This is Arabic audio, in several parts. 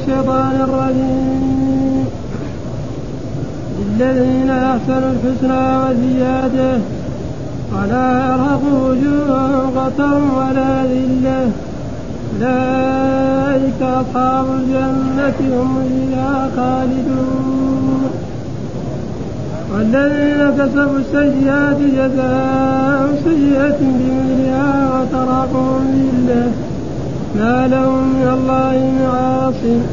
الشيطان الرجيم. للذين أحسنوا الحسنى وزيادة ولا يرهق وجوههم قتر ولا ذلة أولئك أصحاب الجنة هم فيها خالدون. والذين كسبوا السيئات جزاء سيئة بمثلها وترهقهم ذلة ما لهم من الله من عاصم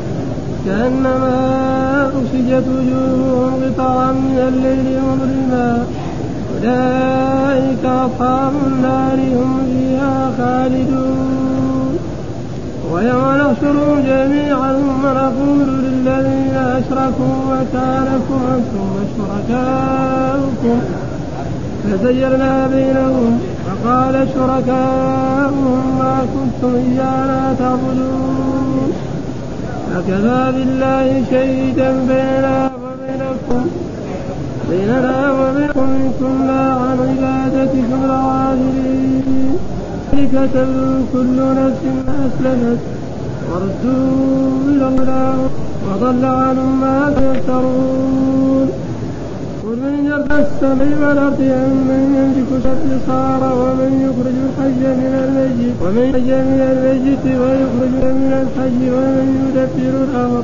كأنما أسجت وجوههم قطعا من الليل مظلما أولئك أصحاب النار هم فيها خالدون. ويوم نحشرهم جميعا ونقول للذين أشركوا مكانكم أنتم وشركاؤكم فزيّرنا بينهم وقال شركاؤهم ما كنتم إيانا تعبدون فكفى بالله شهيدا بيننا وبينكم إن كنا عن عبادتكم لغافلين. ذلك تبدو كل نفس ما أسلمت وردوا إلى الله وضل عنهم ما يفترون. قل من يرفع السماء والأرض أمن يملك الأبصار ومن يخرج الحي من الميت ويخرج من الحي ومن يدبر الأمر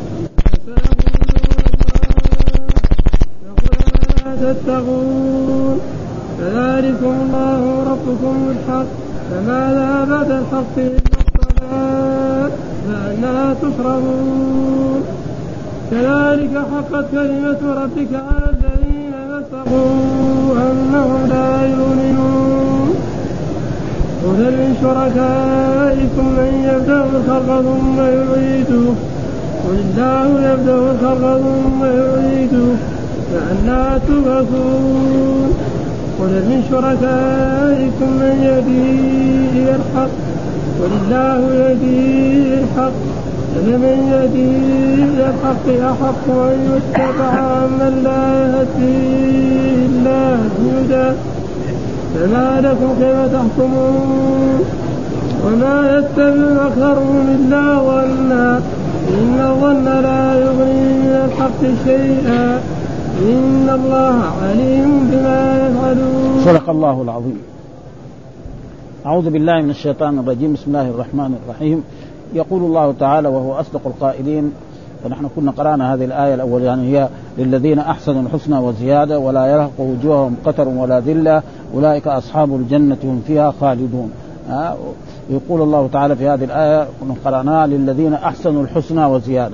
فقل تتقون فذلكم الله ربكم الحق فماذا بعد الحق إلا الضلال فأنى تصرفون. كذلك حقت كلمة ربك على الذين فسقوا أنهم لا يؤمنون. قل من شركائكم من يبدأ الخلق ثم يعيده قل الله يبدأ الخلق ثم يعيده فأنى تبعثون. قل من شركائكم من يهدي إلى الحق قل الله يهدي إلى الحق فمن يهدي إلى الحق أحق أن يتبع من لا يهدي إلا هدى فما لكم كيف تحكمون. وما يتبع أكثرهم إلا ظنا إن الظن لا يغني من الحق شيئا إن الله عليم بما يفعلون. صدق الله العظيم. أعوذ بالله من الشيطان الرجيم. بسم الله الرحمن الرحيم. يقول الله تعالى وهو أصدق القائلين. فنحن كنا قرأنا هذه الآية الأول يعني هي للذين أحسنوا الحسنى وزيادة ولا يرهق وجوههم قتر ولا ذلة أولئك أصحاب الجنة هم فيها خالدون. يقول الله تعالى في هذه الآية كنا قرأناها للذين أحسنوا الحسنى وزيادة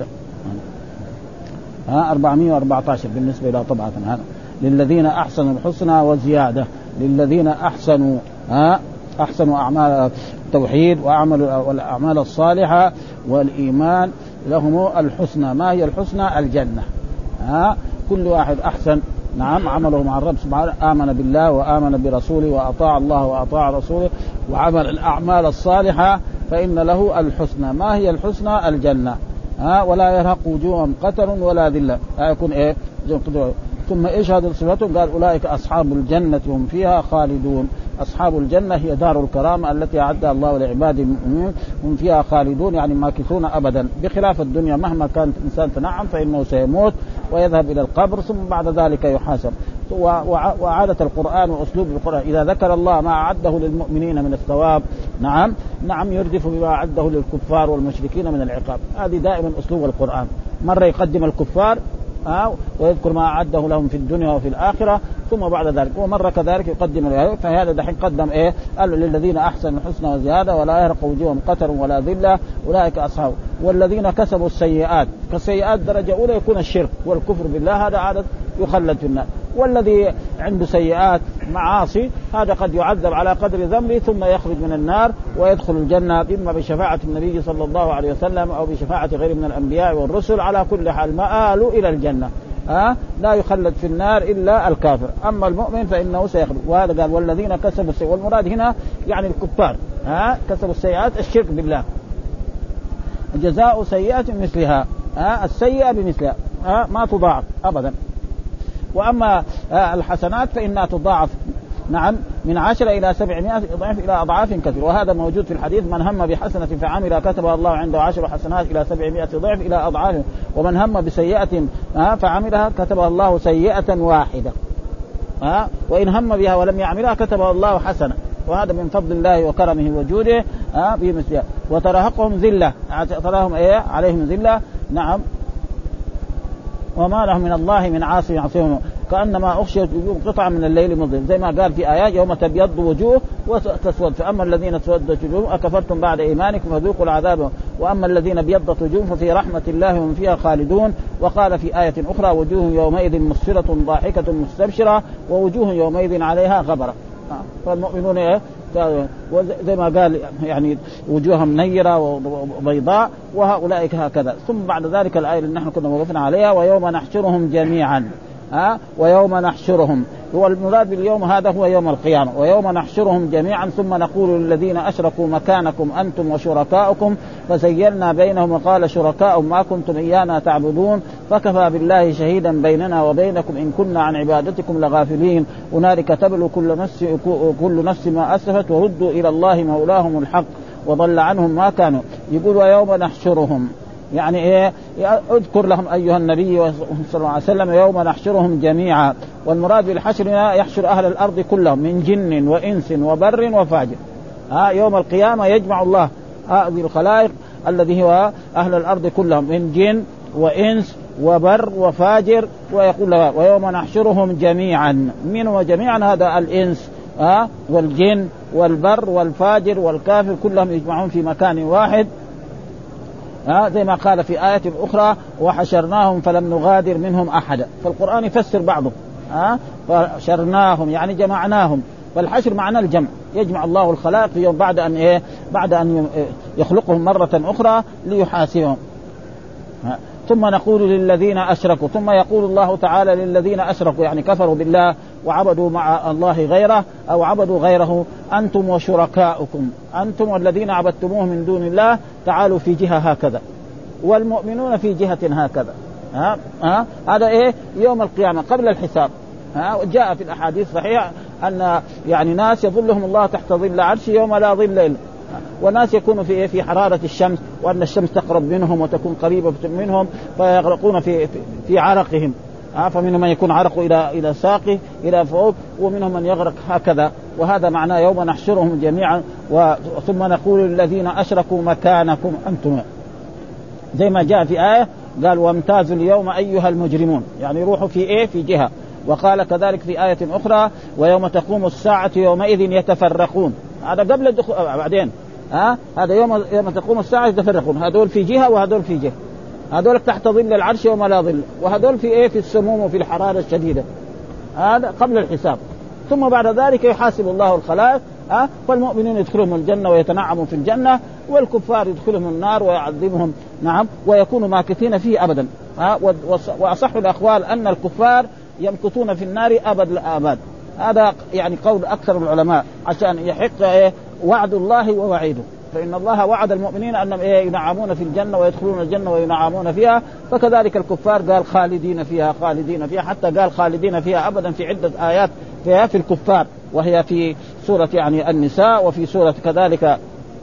414 بالنسبة إلى طبعة هذا للذين أحسنوا الحسنى وزيادة للذين أحسنوا أعمال التوحيد والأعمال الصالحة والإيمان لهم الحسنى. ما هي الحسنى؟ الجنة. كل واحد أحسن نعم عمله مع الرب سبحانه آمن بالله وآمن برسوله وأطاع الله وأطاع رسوله وعمل الأعمال الصالحة فإن له الحسنى. ما هي الحسنى؟ الجنة. ولا يرهق وجوههم قتر ولا ذلة يكون إيه ثم إيش هذه صفتهم؟ قال أولئك أصحاب الجنة هم فيها خالدون. أصحاب الجنة هي دار الكرامة التي أعدها الله لعباده المؤمنين هم فيها خالدون يعني ماكثون أبدا بخلاف الدنيا مهما كانت الإنسان تنعم فإنه سيموت ويذهب إلى القبر ثم بعد ذلك يحاسب. وعادة القرآن وأسلوب القرآن إذا ذكر الله ما أعده للمؤمنين من الثواب نعم يردف بما أعده للكفار والمشركين من العقاب. هذه دائما أسلوب القرآن. مرة يقدم الكفار ويذكر ما أعده لهم في الدنيا وفي الآخرة ثم بعد ذلك ومرة كذلك يقدم فهذا دحين قدم قال للذين أحسنوا الحسنى وزيادة ولا يرهق وجوههم قتر ولا ذلة أولئك أصحاب. والذين كسبوا السيئات كالسيئات درجة أولى يكون الشرك والكفر بالله هذا عادة يخلد في النار. والذي عنده سيئات معاصي هذا قد يعذب على قدر ذنبه ثم يخرج من النار ويدخل الجنة إما بشفاعة النبي صلى الله عليه وسلم أو بشفاعة غير من الأنبياء والرسل. على كل حال مآل إلى الجنة لا يخلد في النار إلا الكافر. أما المؤمن فإنه سيخرج. وهذا قال والذين كسبوا السيئات والمراد هنا يعني الكفار كسبوا السيئات الشرك بالله جزاء سيئة مثلها السيئة بمثلها ما تضاعف أبدا. وأما الحسنات فإنها تضاعف نعم من 10 إلى 700 ضعف إلى أضعاف كثيرة. وهذا موجود في الحديث: من هم بحسنة فعمل كتبها الله عنده 10 حسنات إلى 700 ضعف إلى أضعاف، ومن هم بسيئة فعملها كتبها الله سيئة واحدة، وإن هم بها ولم يعملها كتبها الله حسنة. وهذا من فضل الله وكرمه وجوده بمثلها. وترهقهم ذلة، تراهم عليهم ذلة، نعم، وما لهم من الله من عاصم يعصمهم، كأنما أغشيت وجوههم قطعا من الليل مظلم، زي ما قال في آيات: يوم تبيض وجوه وتسود، فأما الذين اسودت وجوههم أكفرتم بعد إيمانكم فذوقوا العذاب، وأما الذين ابيضت وجوههم ففي رحمة الله هم فيها خالدون. وقال في آية أخرى: وجوه يومئذ مسفرة ضاحكة مستبشرة ووجوه يومئذ عليها غبرة. فالمؤمنون زي ما قال يعني وجوههم نيرة وبيضاء، وهؤلاء هكذا. ثم بعد ذلك الآية اللي نحن كنا وقفنا عليها: ويوم نحشرهم جميعا. ويوم نحشرهم، هو المراد باليوم هذا هو يوم القيامة. ويوم نحشرهم جميعا ثم نقول للذين أشركوا مكانكم أنتم وشركاؤكم فزيلنا بينهم وقال شركاؤهم ما كنتم إيانا تعبدون فكفى بالله شهيدا بيننا وبينكم إن كنا عن عبادتكم لغافلين هنالك تبلو كل نفس ما أسلفت وردوا إلى الله مولاهم الحق وضل عنهم ما كانوا. يقول ويوم نحشرهم يعني إيه؟ اذكر لهم أيها النبي صلى الله عليه وسلم يوم نحشرهم جميعا. والمراد بالحشر يحشر أهل الأرض كلهم من جن وإنس وبر وفاجر. يوم القيامة يجمع الله هذه الخلائق الذي هو أهل الأرض كلهم من جن وإنس وبر وفاجر، ويقول له ويوم نحشرهم جميعا. من وجميعا هذا الإنس والجن والبر والفاجر والكافر كلهم يجمعون في مكان واحد، زي ما قال في آية أخرى وحشرناهم فلم نغادر منهم أحدا. فالقرآن يفسر بعضه فحشرناهم يعني جمعناهم. فالحشر معنى الجمع، يجمع الله الخلائق في يوم بعد أن يخلقهم مرة أخرى ليحاسبهم. ثم نقول للذين أشركوا، ثم يقول الله تعالى للذين أشركوا يعني كفروا بالله وعبدوا مع الله غيره أو عبدوا غيره: أنتم وشركاؤكم، أنتم والذين عبدتموه من دون الله تعالوا في جهة هكذا، والمؤمنون في جهة هكذا. هذا يوم القيامة قبل الحساب. جاء في الأحاديث صحيحة أن يعني ناس يظلهم الله تحت ظل عرش يوم لا ظل إلا، وناس يكونوا في حرارة الشمس وأن الشمس تقرب منهم وتكون قريبة منهم فيغرقون في عرقهم. فمنهم من يكون عرقه إلى ساقه إلى فوق، ومنهم من يغرق هكذا. وهذا معناه يوم نحشرهم جميعا ثم نقول للذين أشركوا مكانكم أنتم، زي ما جاء في آية قال وامتازوا اليوم أيها المجرمون، يعني يروحوا في جهة. وقال كذلك في آية أخرى ويوم تقوم الساعة يومئذ يتفرقون، هذا قبل الدخول بعدين. هذا يوم تقوم الساعة يتفرقون، هذول في جهة وهذول في جهة، هذول تحت ظل العرش يوم لا ظل، وهذول في السموم وفي الحرارة الشديدة. هذا قبل الحساب. ثم بعد ذلك يحاسب الله الخلائق. فالمؤمنون يدخلهم الجنة ويتنعموا في الجنة، والكفار يدخلهم النار ويعذبهم ويكونوا ماكثين فيه أبدا. وأصح الأقوال أن الكفار يمكثون في النار أبد الآباد. هذا يعني قول أكثر العلماء عشان يحق وعد الله ووعيده. فإن الله وعد المؤمنين أنهم ينعمون في الجنة ويدخلون الجنة وينعمون فيها، فكذلك الكفار قال خالدين فيها حتى قال خالدين فيها أبدا في عدة آيات في الكفار، وهي في سورة يعني النساء وفي سورة كذلك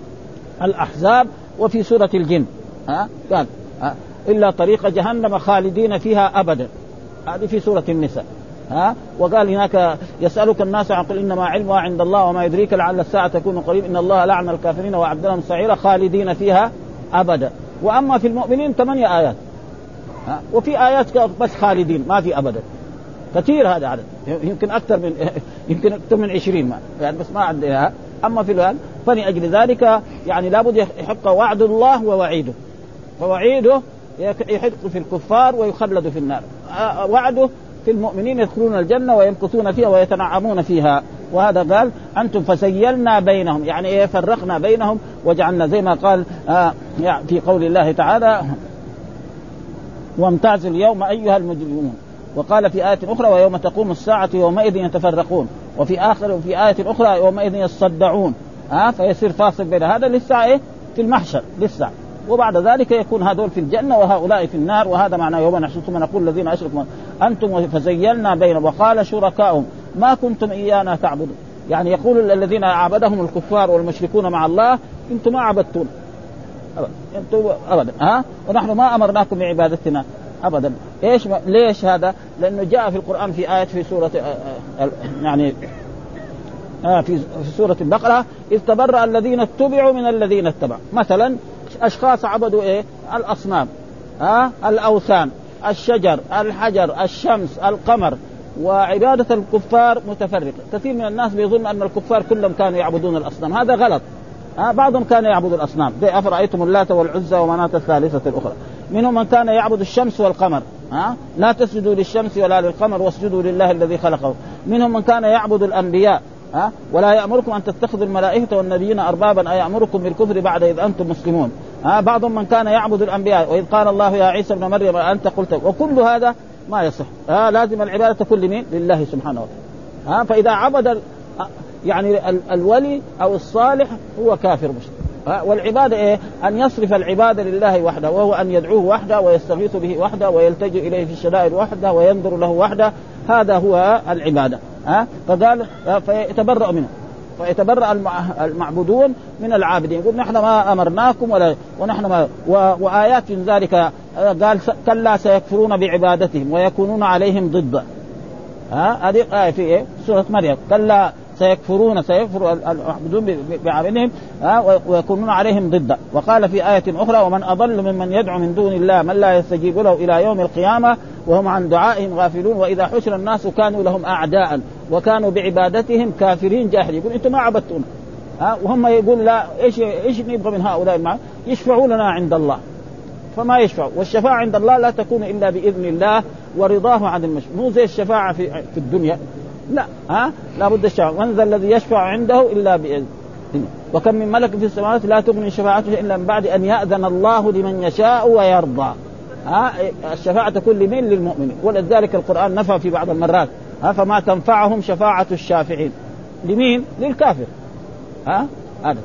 الأحزاب وفي سورة الجن. قال إلا طريق جهنم خالدين فيها أبدا، هذه في سورة النساء. وقال هناك يسألك الناس عن قل إنما علمها عند الله وما يدريك لعل الساعة تكون قريب إن الله لعن الكافرين وأعد لهم سعيرا خالدين فيها أبدا. وأما في المؤمنين 8 آيات، وفي آيات بس خالدين ما في أبدا كثير. هذا عدد يمكن أكثر من 20 يعني بس ما عندها. أما في الآن فلأجل ذلك يعني لابد يحق وعد الله ووعيده. فوعيده يحق في الكفار ويخلد في النار، وعده في المؤمنين يدخلون الجنة ويمكثون فيها ويتنعمون فيها. وهذا قال أنتم فسيلنا بينهم، يعني فرقنا بينهم وجعلنا زي ما قال في قول الله تعالى وامتازوا اليوم أيها المجرمون. وقال في آية أخرى ويوم تقوم الساعة يومئذ يتفرقون. وفي آية أخرى يومئذ يصدعون. فيصير فاصل بين هذا لسه في المحشر لسه، وبعد ذلك يكون هذول في الجنة وهؤلاء في النار. وهذا معنى يوم نحشر ثم نقول الذين أشركوا أنتم فزيلنا بينهم وقال شركاؤهم ما كنتم إيانا تعبدون. يعني يقول الذين عبدهم الكفار والمشركون مع الله أنتم ما عبدتون أبدا ونحن ما أمرناكم بعبادتنا أبدا. إيش ليش هذا؟ لأنه جاء في القرآن في آية في سورة يعني في سورة البقرة إذ تبرأ الذين اتبعوا من الذين اتبعوا. مثلا أشخاص عبدوا الأصنام الأوثان الشجر الحجر الشمس القمر، وعبادة الكفار متفرقة. كثير من الناس بيظن أن الكفار كلهم كانوا يعبدون الأصنام، هذا غلط. بعضهم كان يعبد الأصنام زي أفرأيتم اللات والعزى ومناة الثالثة الأخرى. منهم من كان يعبد الشمس والقمر، لا تسجدوا للشمس ولا للقمر واسجدوا لله الذي خلقه. منهم من كان يعبد الأنبياء، ولا يأمركم أن تتخذوا الملائكة والنبيين أربابا أيأمركم بالكفر بعد إذ أنتم مسلمون. بعضهم من كان يعبد الأنبياء وإذ قال الله يا عيسى ابن مريم أنت قلت. وكل هذا ما يصح. لازم العبادة تكون لمين؟ لله سبحانه وتعالى. فإذا عبد يعني الولي أو الصالح هو كافر مشرك. والعبادة أن يصرف العبادة لله وحده، وهو أن يدعوه وحده ويستغيث به وحده ويلتجئ إليه في الشدائد وحده وينظر له وحده، هذا هو العبادة. فقال فيتبرأ منه، فيتبرأ المعبودون من العابدين. يقول نحن ما أمرناكم ونحن ما وآيات من ذلك قال كلا سيكفرون بعبادتهم ويكونون عليهم ضد. هذه آية في سورة مريم، كلا سيكفر المعبودون بعبادتهم ويكونون عليهم ضد. وقال في آية أخرى ومن أضل ممن يدعو من دون الله من لا يستجيب له إلى يوم القيامة وهم عن دعائهم غافلون وإذا حشر الناس كانوا لهم أعداء وكانوا بعبادتهم كافرين جاحدين. يقول أنتم ما عبدتون، وهم يقول لا إيش نبغى من هؤلاء؟ يشفعوا لنا عند الله فما يشفعوا، والشفاعة عند الله لا تكون إلا بإذن الله ورضاه عن المشفوع. مو زي الشفاعة في الدنيا، لا لا بد الشفاعة. من ذا الذي يشفع عنده إلا بإذن. وكم من ملك في السماوات لا تغني شفاعته إلا من بعد أن يأذن الله لمن يشاء ويرضى. الشفاعة تكون لمن؟ للمؤمنين. ولذلك القرآن نفى في بعض المرات فما تنفعهم شفاعة الشافعين. لمين؟ للكافر. هذا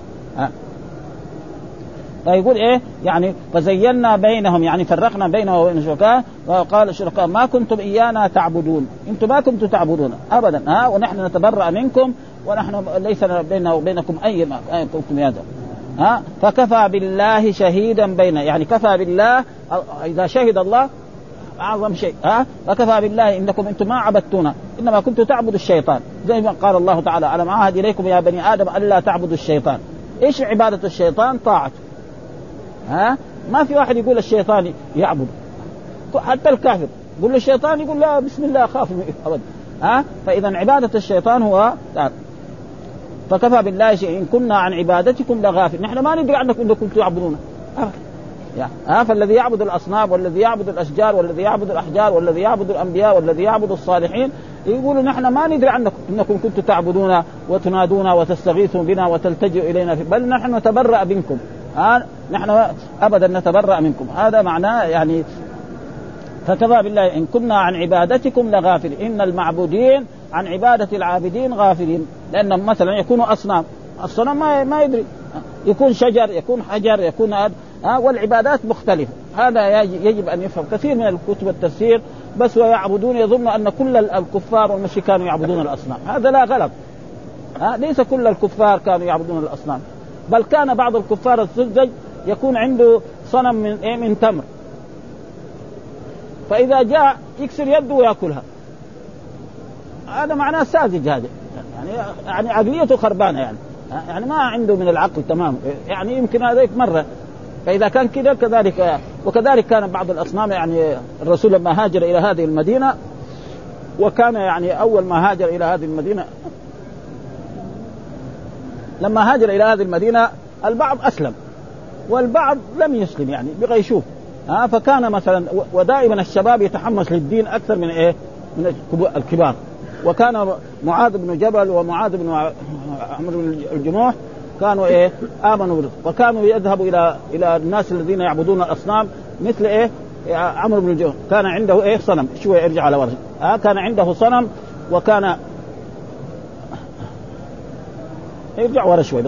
فيقول يعني فزينا بينهم، يعني فرقنا بينهم وبين الشركاء. وقال الشركاء ما كنتم إيانا تعبدون، انتم ما كنتم تعبدون أبدا. ونحن نتبرأ منكم ونحن ليس بيننا وبينكم أي كنتم هذا. فكفى بالله شهيدا بيننا، يعني كفى بالله إذا شهد الله أعظم شيء. فكفى بالله إنكم أنتم ما عبدتونا إنما كنتم تعبدوا الشيطان، زي ما قال الله تعالى ألم أعهد إليكم يا بني آدم ألا تعبدوا الشيطان. إيش عبادة الشيطان؟ طاعته. ما في واحد يقول الشيطان يعبد، حتى الكافر يقول الشيطان يقول لا بسم الله أخاف أبدا. فإذا عبادة الشيطان هو فكفى بالله إن كنا عن عبادتكم لغافل. نحن ما ندري عنكم إنكم تعبدون. فالذي يعبد الأصنام والذي يعبد الأشجار والذي يعبد الأحجار والذي يعبد الأنبياء والذي يعبد الصالحين يقولوا نحن ما ندري عنكم إنكم كنتم تعبدون وتنادون وتستغيثون بنا وتلتجئوا إلينا بل نحن نتبرأ منكم. نحن أبدا نتبرأ منكم. هذا معناه يعني فكفى بالله إن كنا عن عبادتكم لغافل. إن المعبودين عن عبادة العابدين غافلين، لأن مثلا يكونوا أصنام، الصنم ما يدري، يكون شجر يكون حجر يكون والعبادات مختلفة. هذا يجب أن يفهم. كثير من الكتب التفسير بس ويعبدون يظن أن كل الكفار والمشركين كانوا يعبدون الأصنام. هذا لا، غلط. ليس كل الكفار كانوا يعبدون الأصنام، بل كان بعض الكفار السذج يكون عنده صنم من تمر، فإذا جاء يكسر يده ويأكلها. هذا معناه ساذج، هذا يعني عقليته خربانة، يعني ما عنده من العقل تمام، يعني يمكن هذا مرة. فإذا كان كذا كذلك. وكذلك كان بعض الأصنام، يعني الرسول لما هاجر إلى هذه المدينة وكان يعني أول ما هاجر إلى هذه المدينة، لما هاجر إلى هذه المدينة البعض أسلم والبعض لم يسلم، يعني بغى يشوف. فكان مثلا ودائما الشباب يتحمس للدين أكثر من من الكبار. وكان معاذ بن جبل ومعاذ بن عمرو بن الجموح كانوا آمنوا، وكانوا يذهبوا إلى الناس الذين يعبدون الأصنام مثل عمرو بن الجموح كان عنده صنم. شوية يرجع على ورد. كان عنده صنم وكان يرجع ورا شوي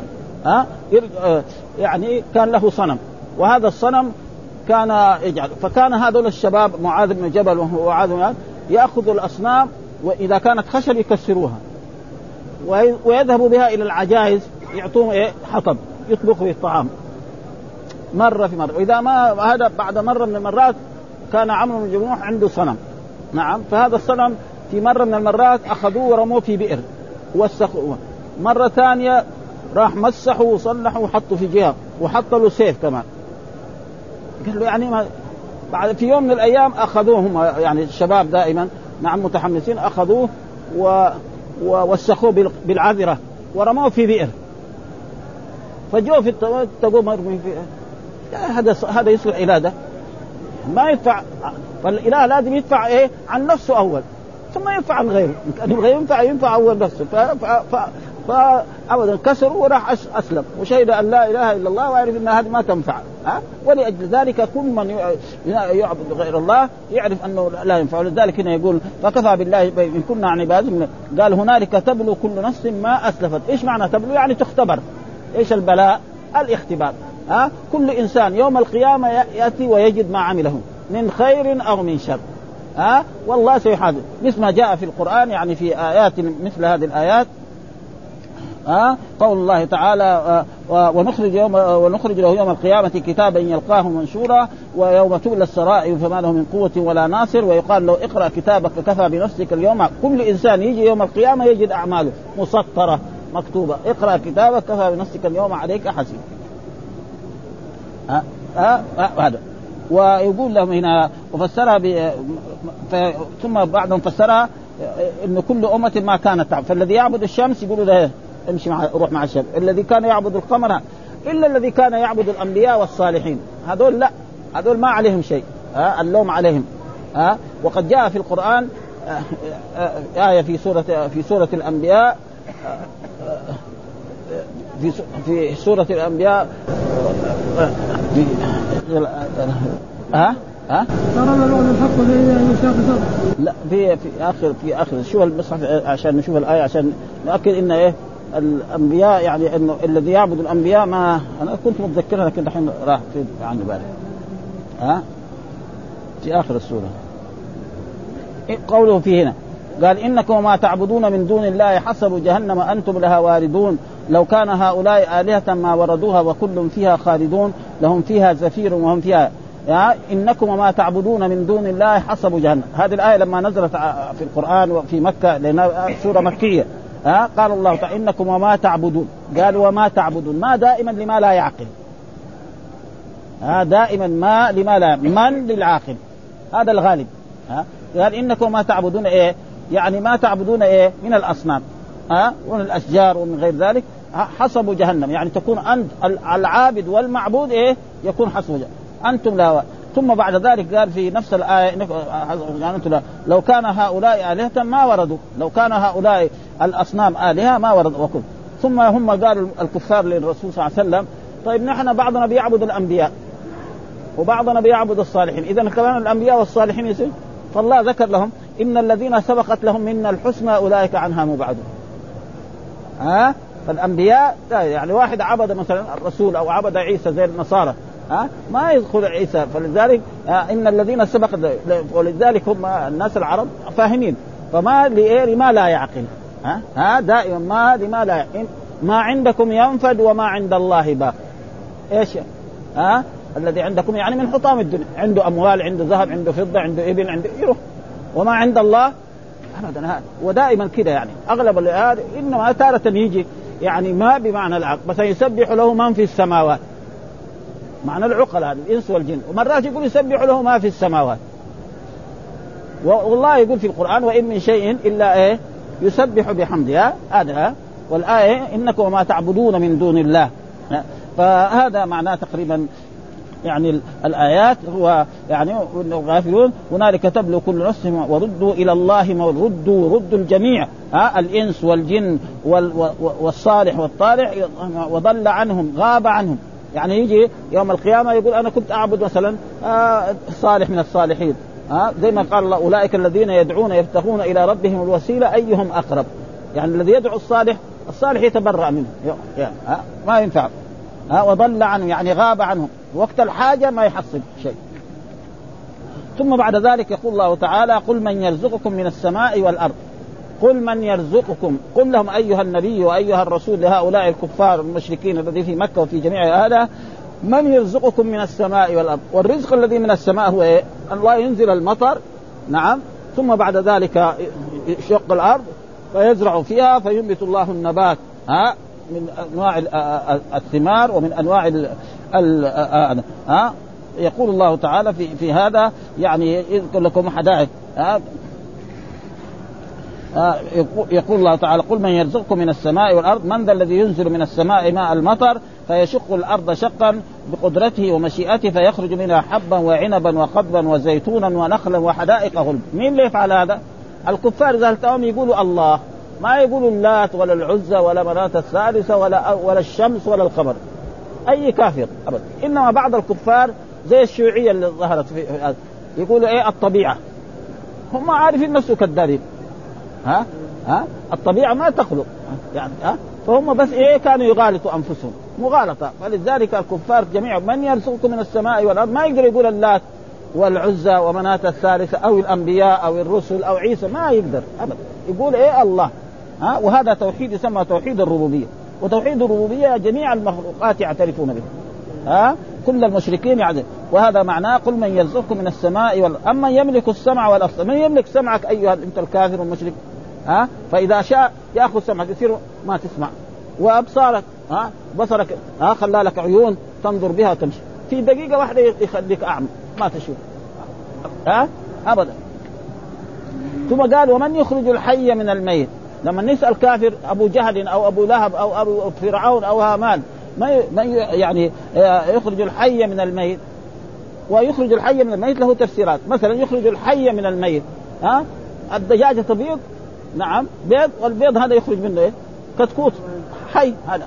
يعني كان له صنم، وهذا الصنم كان يجعل. فكان هذول الشباب معاذ بن جبل ومعاذ بن يأخذ الأصنام وإذا كانت خشب يكسروها، ويذهبوا بها إلى العجائز يعطوهم حطب يطبخوا به الطعام مرة في مرة. وإذا ما هذا بعد مرة من المرات كان عمرو بن الجموح عنده صنم، نعم، فهذا الصنم في مرة من المرات أخذوه ورموه في بئر وسخوه. مرة ثانية راح مسحوا وصلحوا وحطوا في جهة وحطوا له سيف كمان. قال له يعني ما بعد في يوم من الأيام أخذوهم، يعني الشباب دائما نعم متحمسين، أخذوه ووسخوه بالعذرة ورموه في بئر، فجوا في تقوم مرمي في هذا يصلح إلى ما يدفع. فالإله لازم يدفع عن نفسه أول ثم ينفع عن غيره، كان الغير ينفع أول نفسه. فأبدا كسر وراح أسلم وشهد أن لا إله إلا الله ويعرف أن هذه ما تنفع. ولأجل ذلك كل من يعبد غير الله يعرف أنه لا ينفع. ولذلك هنا يقول فكفى بالله إن كنا عن عباده. قال هنالك تبلو كل نفس ما أسلفت. إيش معنى تبلو؟ يعني تختبر. إيش البلاء؟ الاختبار. كل إنسان يوم القيامة يأتي ويجد ما عمله من خير أو من شر، والله سيحاسب. مثل ما جاء في القرآن يعني في آيات مثل هذه الآيات، قول الله تعالى ونخرج له يوم القيامة كتابا يلقاه منشورا ويوم تبلى السرائر فما له من قوة ولا ناصر ويقال له اقرأ كتابك كفى بنفسك اليوم. كل إنسان يجي يوم القيامة يجد أعماله مسطرة مكتوبة، اقرأ كتابك كفى بنفسك اليوم عليك حسيب. هذا. ويقول لهم هنا وفسرها ثم بعدهم فسرها إن كل أمة ما كانت تعبد. فالذي يعبد الشمس يقولوا له امشي روح مع الشمس. الذي كان يعبد القمر إلا الذي كان يعبد الأنبياء والصالحين، هذول لا، هذول ما عليهم شيء، اللوم عليهم. وقد جاء في القرآن آية في سورة الأنبياء، في سورة الأنبياء ضرب لهم الحق بين يشاق صدر. لا في آخر شوف المصحف عشان نشوف الآية عشان نأكد إن الأنبياء يعني إنه الذي يعبد الأنبياء ما أنا كنت متذكرها لكن الحين راح في عن بالي. في آخر السورة قوله في هنا قال إنكم ما تعبدون من دون الله حسب جهنم أنتم لها واردون لو كان هؤلاء آلهة ما وردوها وكل فيها خالدون لهم فيها زفير وهم فيها إنكم ما تعبدون من دون الله حسب جهنم. هذه الآية لما نزلت في القرآن وفي مكة لأنها سورة مكية، قال الله تعالى إنكم وما تعبدون، قال وما تعبدون ما دائما لما لا يعقل، دائما ما لما لا من للعاقل، هذا الغالب. قال إنكم ما تعبدون يعني ما تعبدون من الأصنام ومن الأشجار ومن غير ذلك حسب جهنم، يعني تكون أنت العابد والمعبود يكون حسب جهنم أنتم لا. ثم بعد ذلك قال في نفس الآية يعني أنتم لا لو كان هؤلاء آلهة ما وردوا، لو كان هؤلاء الأصنام آلهة ما وردوا وكل. ثم هم قالوا الكفار للرسول صلى الله عليه وسلم طيب نحن بعضنا بيعبد الأنبياء وبعضنا بيعبد الصالحين، إذن كمان الأنبياء والصالحين يصير. فالله ذكر لهم إن الذين سبقت لهم منا الحسنى أولئك عنها مبعدون. فالأنبياء يعني واحد عبد مثلا الرسول أو عبد عيسى زي النصارى ما يدخل عيسى. فلذلك إن الذين سبقت، ولذلك هم الناس العرب فاهمين، فما لما لا يعقل. دائما ما لما لا يعقل. ما عندكم ينفد وما عند الله باق. إيش الذي عندكم يعني من حطام الدنيا، عنده أموال، عنده ذهب، عنده فضة، عنده إبل، عنده يروح. وما عند الله أبدا هذا. ودائما كده يعني أغلب هذا إنما تارة يجي يعني ما بمعنى العقل، بس يسبح له من في السماوات، معنى العقل هذا الإنس والجن. ومرات يقول يسبح له ما في السماوات، والله يقول في القرآن وإن من شيء إلا يسبح بحمده. هذا والآية إنكم وما تعبدون من دون الله. فهذا معناه تقريبا يعني الآيات هو يعني غافلون هنالك تبلو كل نفس وردوا إلى الله ردوا الجميع، الإنس والجن والصالح والطالح، وضل عنهم غاب عنهم. يعني يجي يوم القيامة يقول أنا كنت أعبد مثلا صالح من الصالحين، زي ما قال الله أولئك الذين يدعون يبتغون إلى ربهم الوسيلة أيهم أقرب. يعني الذي يدعو الصالح يتبرأ منه يعني ما ينفع. وضل عنه يعني غاب عنهم، وقت الحاجة ما يحصل شيء. ثم بعد ذلك يقول الله تعالى قل من يرزقكم من السماء والأرض. قل من يرزقكم، قل لهم أيها النبي وأيها الرسول لهؤلاء الكفار المشركين الذين في مكة وفي جميع هذا، من يرزقكم من السماء والأرض. والرزق الذي من السماء هو إيه؟ الله ينزل المطر، نعم، ثم بعد ذلك يشق الأرض فيزرع فيها فينبت الله النبات من أنواع الثمار ومن أنواع يقول الله تعالى في هذا يعني يذكر لكم حدائق. يقول الله تعالى قل من يرزقكم من السماء والأرض، من ذا الذي ينزل من السماء ماء المطر فيشق الأرض شقا بقدرته ومشيئته فيخرج منها حبا وعنبا وقضبا وزيتونا ونخلا وحدائق غلب. مين اللي يفعل هذا؟ الكفار إذا التقوا يقولوا الله، ما يقولوا اللات ولا العزى ولا مناة الثالثة ولا الشمس ولا القمر، أي كافر أبدا. إنما بعض الكفار زي الشيوعية اللي ظهرت في يقولوا إيه الطبيعة، هم عارفين نفسه كذابين. الطبيعة ما تخلق يعني فهم بس إيه كانوا يغالطوا أنفسهم مغالطة. فلذلك الكفار جميعا من يرزقكم من السماء والأرض ما يقدر يقول اللات والعزى ومناة الثالثة أو الأنبياء أو الرسل أو عيسى، ما يقدر أبدا، يقول إيه الله. وهذا توحيد يسمى توحيد الربوبية. وتوحيد الربوبية جميع المخلوقات يعترفون به، كل المشركين يعترفون. وهذا معناه قل من يرزقكم من السماء والأرض أما يملك السمع والأبصار. من يملك سمعك أيها أنت الكافر والمشرك؟ فإذا شاء يأخذ سمعك يصير ما تسمع، وأبصارك بصرك خلى لك عيون تنظر بها وتمشي، في دقيقة واحدة يخليك أعمى ما تشوف أبدا. ثم قال ومن يخرج الحي من الميت. لما نسأل كافر أبو جهل أو أبو لهب أو أبو فرعون أو هامان ما يعني يخرج الحي من الميت، ويخرج الحي من الميت له تفسيرات. مثلا يخرج الحي من الميت، الدجاجة تبيض، نعم بيض، والبيض هذا يخرج منه إيه؟ كتكوت حي هذا.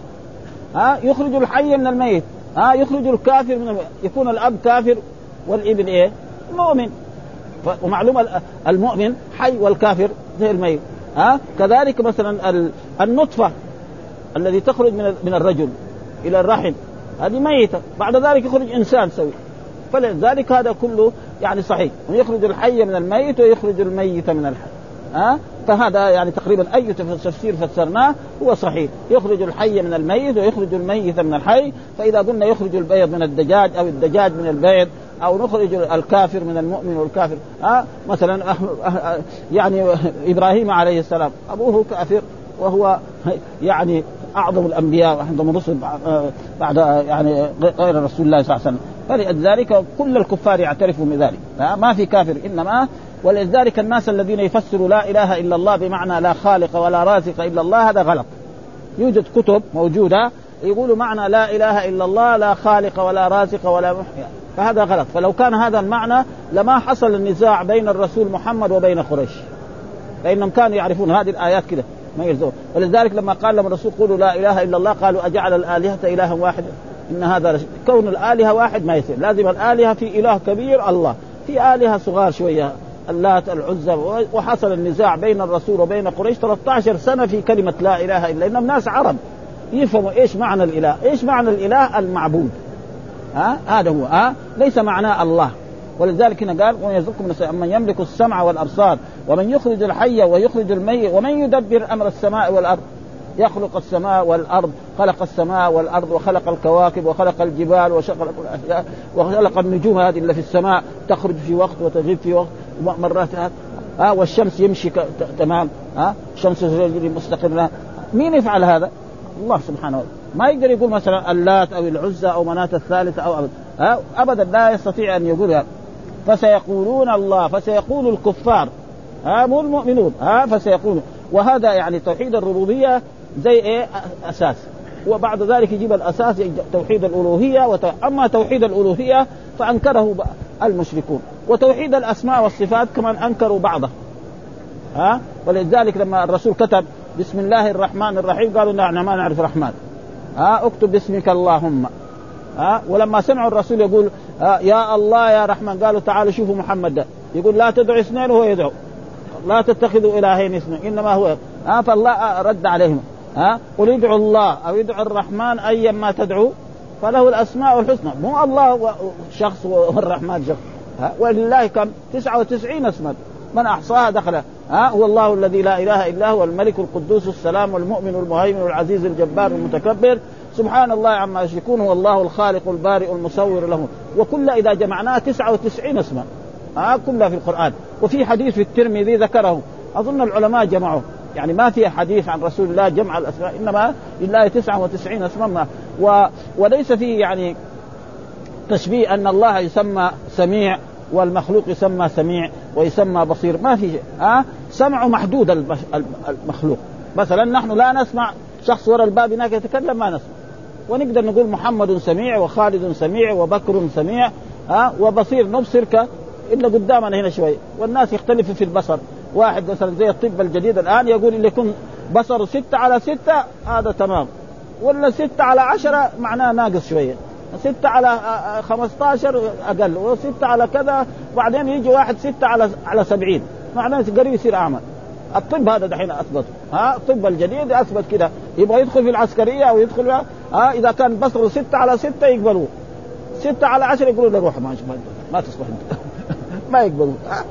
يخرج الحي من الميت، يخرج الكافر من الميت. يكون الأب كافر والابن إيه؟ مؤمن. ومعلوم المؤمن حي والكافر زي الميت. كذلك مثلا النطفة الذي تخرج من الرجل إلى الرحم هذه ميتة، بعد ذلك يخرج إنسان سوي. فلذلك هذا كله يعني صحيح، ويخرج الحي من الميت ويخرج الميت من الحي. فهذا يعني تقريبا أي تفسير فسرناه هو صحيح، يخرج الحي من الميت ويخرج الميت من الحي. فإذا قلنا يخرج البيض من الدجاج أو الدجاج من البيض، أو نخرج الكافر من المؤمن والكافر. مثلا يعني إبراهيم عليه السلام أبوه كافر وهو يعني أعظم الأنبياء وأعظم الرسل بعد يعني غير رسول الله صلى الله عليه وسلم. فلذلك كل الكفار يعترفوا بذلك، ما في كافر إنما. ولذلك الناس الذين يفسروا لا إله إلا الله بمعنى لا خالق ولا رازق إلا الله هذا غلط. يوجد كتب موجودة يقولوا معنى لا إله إلا الله لا خالق ولا رازق ولا محيي، فهذا غلط. فلو كان هذا المعنى لما حصل النزاع بين الرسول محمد وبين قريش، فإنهم كانوا يعرفون هذه الآيات كده ما يرزقون. ولذلك لما قال لهم الرسول قولوا لا إله إلا الله قالوا أجعل الآلهة إلها واحد إن هذا كون الآلهة واحد ما يصير، لازم الآلهة في إله كبير الله، في آلهة صغار شوية اللات العزى. وحصل النزاع بين الرسول وبين قريش 13 سنة في كلمة لا إله إلا. إنهم ناس عرب يفهموا إيش معنى الإله، إيش معنى الإله المعبود. هذا هو ليس معناه الله. ولذلك هنا قال ومن يرزقكم من يملك السمع والأبصار ومن يخرج الحي ويخرج الميت ومن يدبر أمر السماء والأرض. يخلق السماء والأرض، خلق السماء والأرض وخلق الكواكب وخلق الجبال وخلق النجوم هذه اللي في السماء تخرج في وقت وتغيب في وقت مرات والشمس يمشي تمام الشمس مستقرة. مين يفعل هذا؟ الله سبحانه وتعالى. ما يقدر يقول مثلا اللات أو العزى أو مناة الثالثة أو أبدا لا يستطيع أن يقول هذا. فسيقولون الله، فسيقول الكفار مو المؤمنون فسيقولون. وهذا يعني توحيد الربوبية زي إيه أساس، وبعد ذلك يجيب الأساس توحيد الألوهية. أما توحيد الألوهية فأنكره المشركون، وتوحيد الأسماء والصفات كمان أنكروا بعضه. ولذلك لما الرسول كتب بسم الله الرحمن الرحيم قالوا نحن ما نعرف الرحمن، اكتب باسمك اللهم. ولما سمعوا الرسول يقول يا الله يا رحمن قالوا تعالوا شوفوا محمد ده يقول لا تدعو اثنين وهو يدعو، لا تتخذوا إلهين اثنين إنما هو فالله رد عليهم قل ادعوا الله أو ادعوا الرحمن أيما تدعو فله الأسماء الحسنى. مو الله شخص والرحمن شخص، ولله كم 99 اسما من أحصاها دخل. هو الله الذي لا إله إلا هو الملك القدوس السلام والمؤمن المهيمن العزيز الجبار المتكبر سبحان الله عما يشركون هو الله الخالق البارئ المصور له. وكل إذا جمعناها 99 اسما كلها في القرآن. وفي حديث في الترمذي ذكره، أظن العلماء جمعوه، يعني ما في حديث عن رسول الله جمع الأسماء، إنما لله 99 اسما. وليس فيه يعني تشبيه أن الله يسمى سميع والمخلوق يسمى سميع ويسمى بصير، ما في سمع محدود المخلوق. مثلا نحن لا نسمع شخص وراء الباب هناك يتكلم ما نسمع، ونقدر نقول محمد سميع وخالد سميع وبكر سميع وبصير نبصر إلا قدامنا هنا شوي. والناس يختلفوا في البصر، واحد مثلا زي الطب الجديد الآن يقول اللي يكون بصره 6/6 هذا تمام، ولا 6/10 معناه ناقص شوية، 6/15 أقل، و6 كذا، بعدين يجي واحد 6/70 معناه قريب يصير أعمى. الطب هذا دحين أثبت، الطب الجديد أثبت كده، يبغى يدخل في العسكرية أو يدخل إذا كان بصره 6/6 يقبلوه، 6/10 يقولوا له روح ما تصلح ما يقبلوا،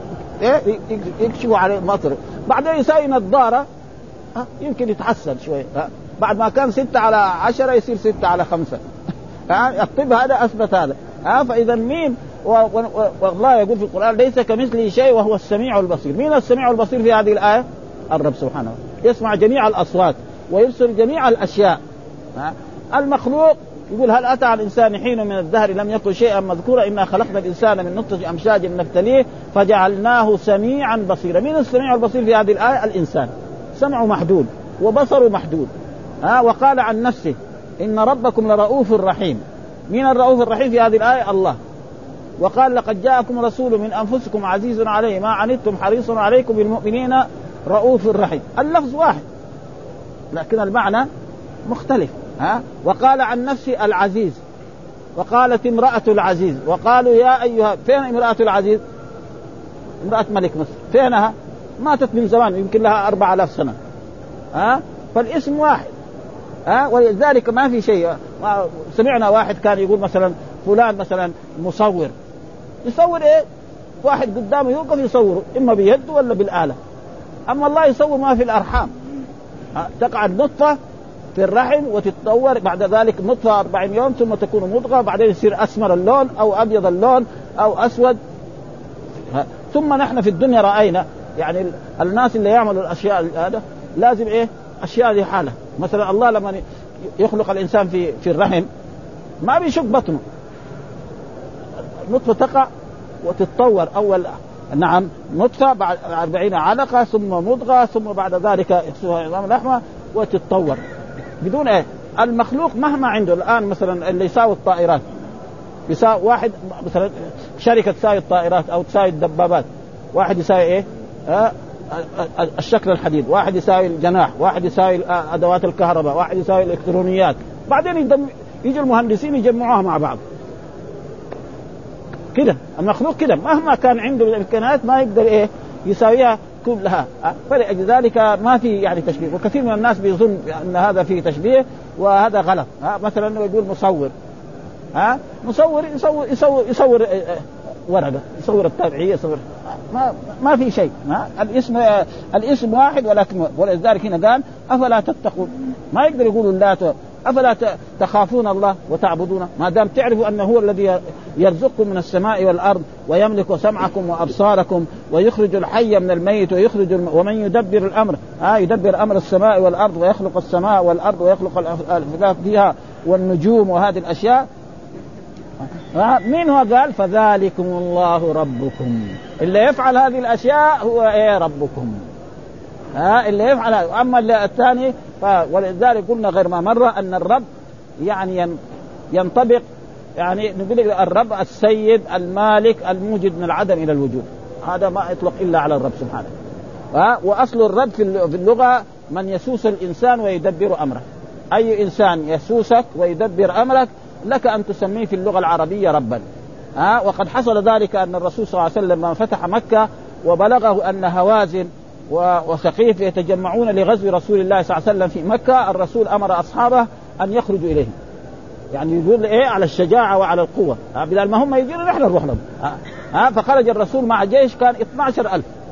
يكشفوا عليه مطر. بعدين يساوي نظارة يمكن يتحسن شوية، بعد ما كان 6/10 يصير 6/5. الطب هذا أثبت هذا. فإذا مين والله يقول في القرآن ليس كمثله شيء وهو السميع البصير. مين السميع البصير في هذه الآية؟ الرب سبحانه يسمع جميع الأصوات ويبصر جميع الأشياء. المخلوق يقول هل أتى على الإنسان حين من الدهر لم يكن شيئا مذكورا إنا خلقنا الإنسان من نطفة أمشاج نبتليه فجعلناه سميعا بصيرا. مين السميع البصير في هذه الآية؟ الإنسان سمعه محدود وبصره محدود. وقال عن نفسه إن ربكم لرؤوف رحيم. مين الرؤوف الرحيم في هذه الآية؟ الله. وقال لقد جاءكم رسول من أنفسكم عزيز عليه ما عنتم حريص عليكم بالمؤمنين رؤوف رحيم. اللفظ واحد لكن المعنى مختلف. وقال عن نفسه العزيز، وقالت امرأة العزيز، وقالوا يا أيها. فين امرأة العزيز؟ امرأة ملك مصر، فينها؟ ماتت من زمان يمكن لها 4000 سنة. فالاسم واحد. ولذلك ما في شيء. سمعنا واحد كان يقول مثلا فلان مثلا مصور، يصور ايه؟ واحد قدامه يوقف يصوره اما بيد ولا بالآلة. اما الله يصور ما في الارحام. تقع النطفة في الرحم وتتطور، بعد ذلك نطفة 40 يوم ثم تكون مضغة، بعدين يصير اسمر اللون او ابيض اللون او اسود. ثم نحن في الدنيا رأينا يعني الناس اللي يعملوا الاشياء هذا لازم ايه؟ اشياء دي حالة. مثلا الله لما يخلق الانسان في الرحم ما بيشق بطنه، نطفة تقع وتتطور. أول نعم نطفة بعد 40 علقة ثم مضغة ثم بعد ذلك يحصلها عظام لحمة وتتطور بدون إيه. المخلوق مهما عنده الآن مثلا اللي يساوي الطائرات، يساوي واحد مثلا شركة تساوي الطائرات أو تساوي الدبابات، واحد يساوي إيه؟ الشكل الحديد، واحد يساوي الجناح، واحد يساوي أدوات الكهرباء، واحد يساوي الإلكترونيات. بعدين يجي المهندسين يجمعوها مع بعض كده. المخلوق كده مهما كان عنده الإمكانات ما يقدر إيه يساويها كلها. فلذلك ما في يعني تشبيه. وكثير من الناس بيظن أن هذا فيه تشبيه وهذا غلط. مثلا يقول مصور، مصور يصور ورقة، يصور التابعية، يصور ما في شيء. الاسم واحد ولكن. ولذلك هنا قال أفلا تتقون. ما يقدر يقولوا لا أفلا تخافون الله وتعبدونه، ما دام تعرفوا أنه هو الذي يرزقكم من السماء والأرض ويملك سمعكم وأبصاركم ويخرج الحي من الميت ويخرج ومن يدبر الأمر يدبر أمر السماء والأرض ويخلق السماء والأرض ويخلق الأفلاك فيها والنجوم وهذه الأشياء. مين هو؟ قال فذلكم الله ربكم. اللي يفعل هذه الأشياء هو إيه؟ ربكم. اللي يفعل. أما الثاني ولذلك قلنا غير ما مرة أن الرب يعني ينطبق، يعني نقول الرب السيد المالك الموجد من العدم إلى الوجود، هذا ما يطلق إلا على الرب سبحانه. وأصل الرب في اللغة من يسوس الإنسان ويدبر أمره. أي إنسان يسوسك ويدبر أمرك لك أن تسميه في اللغة العربية ربا. وقد حصل ذلك أن الرسول صلى الله عليه وسلم لما فتح مكة وبلغه أن هوازن وثقيف يتجمعون لغزو رسول الله صلى الله عليه وسلم في مكة، الرسول أمر أصحابه أن يخرجوا إليه، يعني يقول إيه على الشجاعة وعلى القوة. بدل ما هم يجينا نحن نروح لهم. فخرج الرسول مع جيش كان 12,000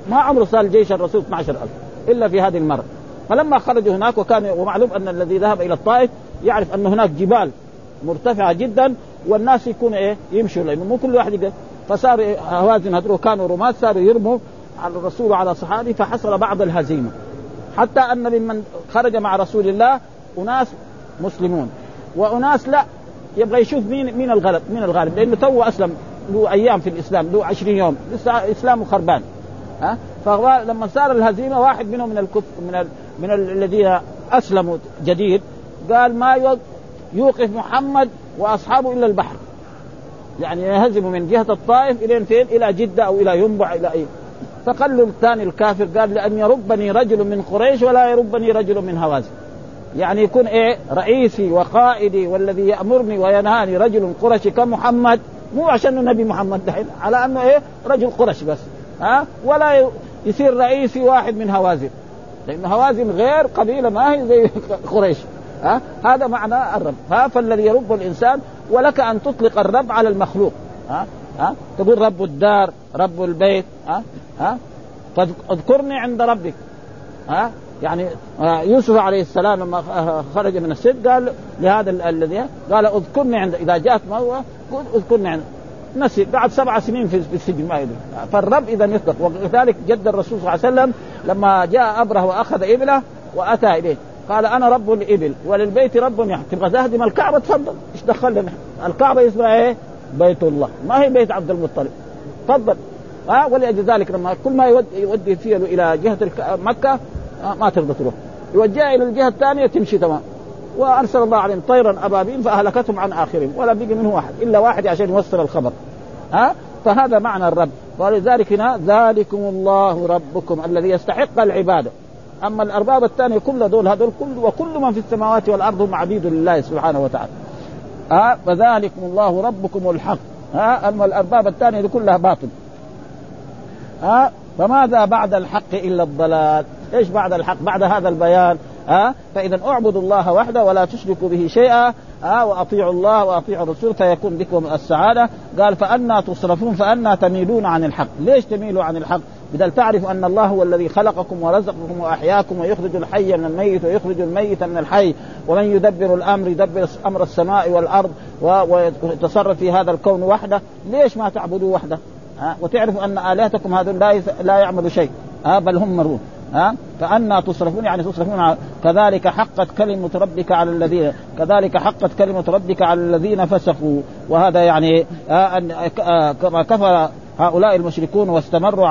ما عمره صار جيش الرسول 12,000 إلا في هذه المرة. فلما خرجوا هناك ومعلوم أن الذي ذهب إلى الطائف يعرف أن هناك جبال مرتفعة جدا والناس يكون يمشوا لأنه مو كل واحد يقدر. فصار هوازن هدروا كانوا رماة صاروا يرموا على الرسول وعلى صحابه فحصل بعض الهزيمة، حتى أن ممن خرج مع رسول الله أناس مسلمون وأناس لا يبغى يشوف مين الغالب لأنه تو أسلم له أيام في الإسلام، له 20 يوم لسه إسلامه خربان. فلما صار الهزيمة واحد منهم من الكفر من الذين أسلموا جديد قال ما يوقف محمد وأصحابه إلا البحر، يعني يهزموا من جهة الطائف إلى فين؟ إلى جدة أو إلى ينبع إلى أي. فقال له الثاني الكافر قال لأن يربني رجل من قريش ولا يربني رجل من هوازن، يعني يكون رئيسي وقائدي والذي يأمرني وينهاني رجل قرشي كمحمد، مو عشان النبي محمد دحين على أنه رجل قرش بس، ولا يصير رئيسي واحد من هوازن، لأن هوازن غير قبيلة ما هي زي قريش. هذا معنى الرب. فالذي يرب الإنسان، ولك أن تطلق الرب على المخلوق. تقول رب الدار، رب البيت، اذكرني عند ربك. يعني يوسف عليه السلام لما خرج من السجن قال لهذا الذي قال اذكرني عند، إذا جاءت موة قل اذكرني عند، نسي بعد 7 سنين في السجن ما يدري. فالرب إذا يطلق. وكذلك جد الرسول صلى الله عليه وسلم لما جاء أبره وأخذ إبله وأتى إليه قال أنا رب الإبل وللبيت رب يحمي. تبغى تهدم الكعبة تفضل، إيش دخلنا؟ الكعبة اسمها بيت الله ما هي بيت عبد المطلب، تفضل. ولأجل ذلك لما كل ما يودي فيه إلى جهة مكة ما ترضى تروح، يوجه إلى الجهة الثانية تمشي تمام. وأرسل الله عليهم طيرا أبابيل فأهلكتهم عن آخرهم ولا بقي منه واحد إلا واحد عشان يوصل الخبر. فهذا معنى الرب. ولذلك هنا ذلكم الله ربكم الذي يستحق العبادة. أما الأرباب الثانية كل هذول وكل من في السماوات والأرض هم عبيد لله سبحانه وتعالى. فذلكم الله ربكم الحق. أما الأرباب الثانية دي كلها باطل. فماذا بعد الحق إلا الضلال؟ إيش بعد الحق بعد هذا البيان؟ فإذا اعبدوا الله وحده ولا تشركوا به شيئا، وأطيعوا الله وأطيعوا الرسول فيكون بكم السعادة. قال فأنا تصرفون، فأنا تميلون عن الحق. ليش تميلوا عن الحق؟ بدل تعرفوا أن الله هو الذي خلقكم ورزقكم وأحياكم ويخرج الحي من الميت ويخرج الميت من الحي، ومن يدبر الأمر يدبر أمر السماء والأرض ويتصرف في هذا الكون وحده. ليش ما تعبدوا وحده؟ وتعرفوا أن آلهتكم هذول لا يعملوا شيء، بل هم مرون. فأنا تصرفون يعني تصرفون. كذلك حقت كلمة ربك على الذين فسقوا. وهذا يعني كما كفر هؤلاء المشركون واستمروا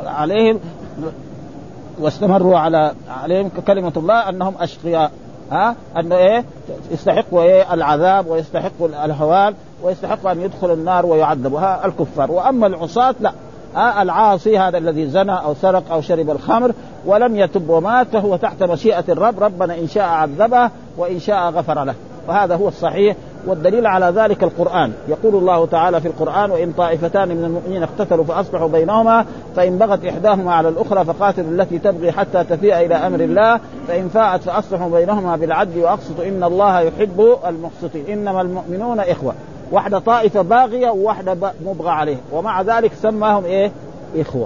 عليهم كلمة الله أنهم أشقياء، أنه يستحقوا العذاب ويستحقوا الهوان ويستحقوا أن يدخلوا النار ويعذبوا الكفار. وأما العصاة لا، العاصي هذا الذي زنى أو سرق أو شرب الخمر ولم يتب ومات فهو تحت مشيئة الرب، ربنا إن شاء عذبه وإن شاء غفر له. وهذا هو الصحيح. والدليل على ذلك القرآن. يقول الله تعالى في القرآن وإن طائفتان من المؤمنين اقتتلوا فأصلحوا بينهما فإن بغت إحداهما على الأخرى فقاتلوا التي تبغي حتى تفيء إلى أمر الله فإن فاءت فأصلحوا بينهما بالعدل وأقسطوا إن الله يحب المقسطين. إنما المؤمنون إخوة. واحدة طائفة باغية وواحدة مبغى عليه ومع ذلك سماهم إخوة.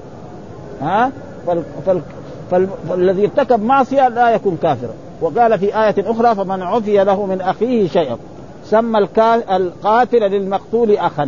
فالذي ارتكب معصية لا يكون كافرا. وقال في آية أخرى فمن عفي له من أخيه شيئا سمى القاتل للمقتول أخا.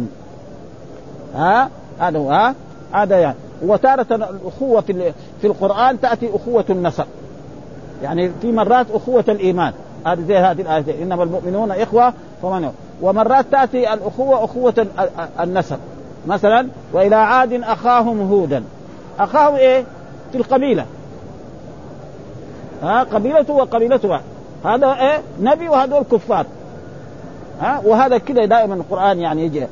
هذا يعني. وتارة الأخوة في القرآن تأتي أخوة النسب، يعني في مرات أخوة الإيمان، هذه زي هذه الآية إنما المؤمنون إخوة ومرات تأتي الأخوة أخوة النسب. مثلا وإلى عاد أخاهم هودا، أخاهم في القبيلة، قبيلته وقبيلته، هذا نبي وهذول كفار. وهذا كده دائما القرآن يعني يجي.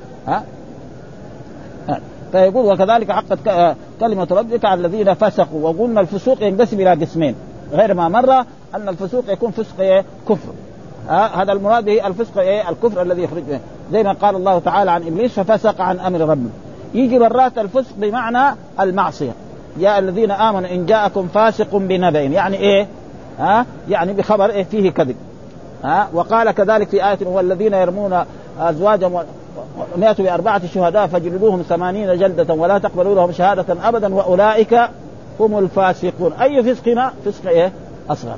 فيقول وكذلك حقت كلمة ربك على الذين فسقوا. وقلنا الفسوق ينقسم إلى قسمين غير ما مرة، أن الفسوق يكون فسق كفر، هذا المراد به الفسق الكفر الذي يخرج منه، زي ما قال الله تعالى عن إبليس ففسق عن أمر ربه. يجي مرات الفسق بمعنى المعصية، يا الذين آمنوا إن جاءكم فاسق بنبأ، يعني يعني بخبر فيه كذب. وقال كذلك في آية والذين يرمون أزواجهم يأتوا ب4 شهداء فاجلدوهم 80 جلدة ولا تقبلوا لهم شهادة أبدا وأولئك هم الفاسقون. أي فسقنا؟ فسق إيه؟ أصغر.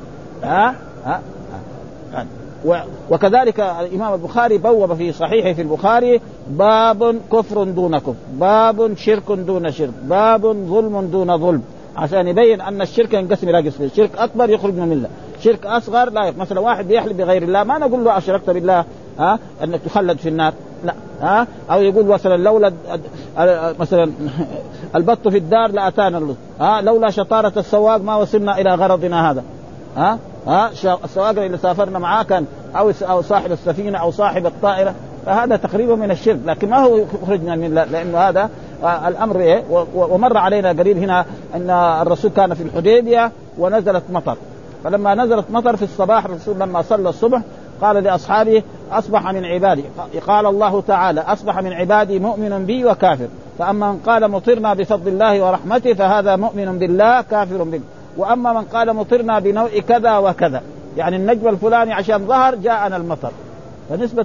وكذلك الإمام البخاري بوب في صحيحه في البخاري باب كفر دون كفر، باب شرك دون شرك، باب ظلم دون ظلم، عشان يبين أن الشرك ينقسم إلى قسمين: شرك أكبر يخرج من الملة، شرك أصغر لا. مثلا واحد بيحلف بغير الله ما نقول له أشركت بالله أنك تخلد في النار، لا. أو يقول مثلا لولا مثلا البط في الدار لأتانا اللص، لولا شطارة السواق ما وصلنا إلى غرضنا هذا. السواق اللي سافرنا معاه كان أو صاحب السفينة أو صاحب الطائرة، فهذا تقريبا من الشرك، لكن ما هو خرجنا من، لأنه هذا الأمر إيه. ومر علينا قريب هنا أن الرسول كان في الحديبية ونزلت مطر، فلما نزلت مطر في الصباح الرسول لما صلى الصبح قال لأصحابه: أصبح من عبادي، قال الله تعالى: أصبح من عبادي مؤمن بي وكافر، فأما من قال مطرنا بفضل الله ورحمته فهذا مؤمن بالله كافر به، وأما من قال مطرنا بنوع كذا وكذا، يعني النجم الفلاني عشان ظهر جاءنا المطر، فنسبة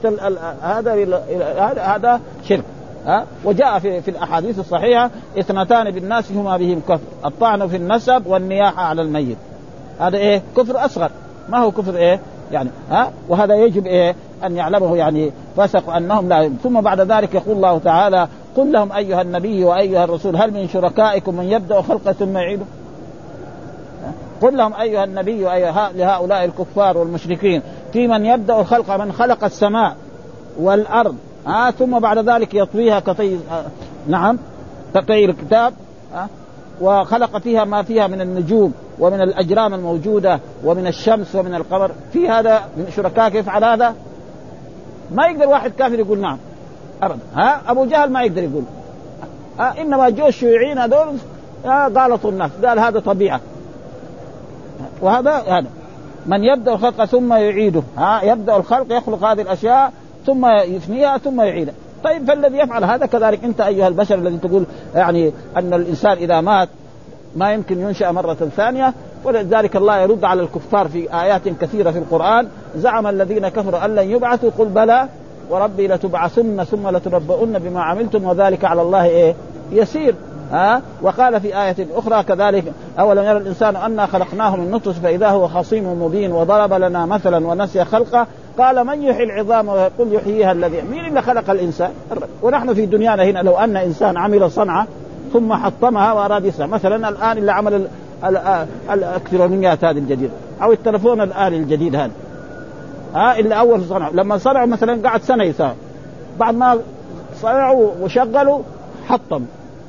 هذا شرك. وجاء في الأحاديث الصحيحة: 2 بالناس هما بهم كفر، الطعن في النسب والنياحة على الميت. هذا إيه؟ كفر أصغر، ما هو كفر إيه يعني. وهذا يجب إيه أن يعلمه يعني فسق أنهم لا. ثم بعد ذلك يقول الله تعالى: قل لهم أيها النبي وأيها الرسول هل من شركائكم من يبدأ خلقه ثم يعيده. قل لهم أيها النبي لهؤلاء الكفار والمشركين في من يبدأ الخلق، من خلق السماء والأرض ثم بعد ذلك يطويها كطي كطي الكتاب وخلق فيها ما فيها من النجوم ومن الأجرام الموجودة ومن الشمس ومن القمر، في هذا من شركاء يفعل هذا؟ ما يقدر واحد كافر يقول نعم أبدا. أبو جهل ما يقدر يقول. إنما جو الشيوعيين هذول غلطوا الناس، قال هذا طبيعة. وهذا من يبدأ الخلق ثم يعيده، يبدأ الخلق يخلق هذه الأشياء ثم يفنيها ثم يعيدها. طيب فالذي يفعل هذا كذلك أنت أيها البشر الذي تقول يعني أن الإنسان إذا مات ما يمكن ينشأ مرة ثانية. ولذلك الله يرد على الكفار في آيات كثيرة في القرآن: زعم الذين كفروا أن لن يبعثوا قل بلى وربي لتبعثن ثم لتنبؤن بما عملتم وذلك على الله إيه يسير. وقال في آية أخرى كذلك: أولم يرى الإنسان أنا خلقناه من نطفة فإذا هو خصيم مبين وضرب لنا مثلا ونسي خلقه قال من يحيي العظام ويقول يحييها الذي. مين اللي خلق الإنسان؟ ونحن في دنيانا هنا لو أن إنسان عمل صنعة ثم حطمها وأراد يصنع، مثلا الآن اللي عمل الإلكترونيات هذه الجديدة أو التلفون الآلي الجديد هذا اللي أول صنع، لما صنعوا مثلا قعد سنة يساوي، بعد ما صنعوا وشغلوا حطم.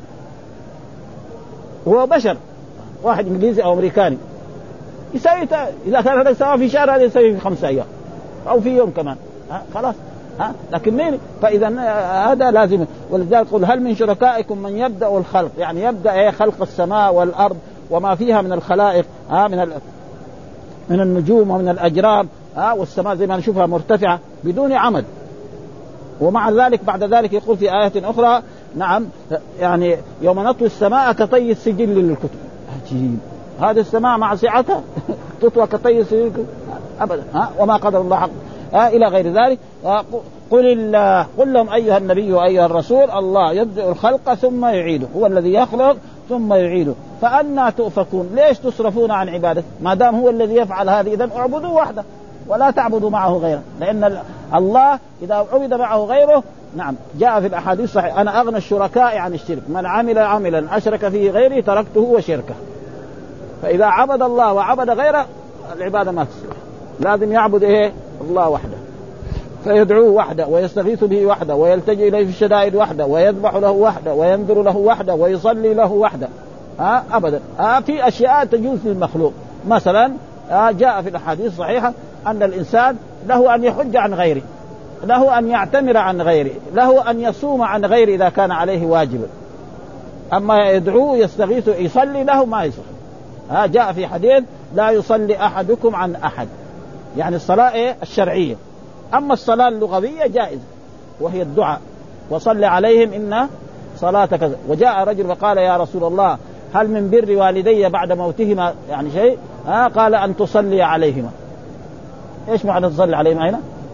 هو بشر واحد إنجليزي أو أمريكاني يساوي، إذا كان هذا يساوي في شهر هذا يساوي في 5 أيام أو في يوم كمان خلاص. لكن مين؟ فإذا هذا لازم. ولذلك قل هل من شركائكم من يبدأ الخلق، يعني يبدأ خلق السماء والأرض وما فيها من الخلائق من النجوم ومن الأجرام والسماء زي ما نشوفها مرتفعة بدون عمد. ومع ذلك بعد ذلك يقول في آية أخرى يعني يوم نطوي السماء كطي السجل للكتب. عجيب، هذه السماء مع سعتها تطوى كطي السجل أبدا وما قدر الله حق إلى غير ذلك. قل لهم أيها النبي وأيها الرسول الله يبدأ الخلق ثم يعيده، هو الذي يخلق ثم يعيده، فأنا تؤفكون؟ ليش تصرفون عن عبادته ما دام هو الذي يفعل هذه؟ إذن اعبدوا وحده ولا تعبدوا معه غيره، لأن الله إذا عبد معه غيره جاء في الأحاديث صحيح: أنا أغنى الشركاء عن الشرك، من عمل عملا أشرك فيه غيري تركته وشركه. فإذا عبد الله وعبد غيره العبادة ما تصلح، لازم يعبد الله وحده، فيدعوه وحده ويستغيث به وحده ويلتجئ إليه في الشدائد وحده ويذبح له وحده وينذر له وحده ويصلي له وحده أبدا. في أشياء تجوز للمخلوق، مثلا جاء في الأحاديث الصحيحة أن الإنسان له أن يحج عن غيره، له أن يعتمر عن غيره، له أن يصوم عن غيره إذا كان عليه واجبا. أما يدعوه يستغيث يصلي له ما يصح. جاء في حديث: لا يصلي أحدكم عن أحد، يعني الصلاة الشرعية. أما الصلاة اللغوية جائزة وهي الدعاء: وصل عليهم إن صلاتك. وجاء رجل وقال: يا رسول الله هل من بر والدي بعد موتهما يعني شيء؟ قال: أن تصلي عليهما. إيش معنى تصلي عليهما هنا؟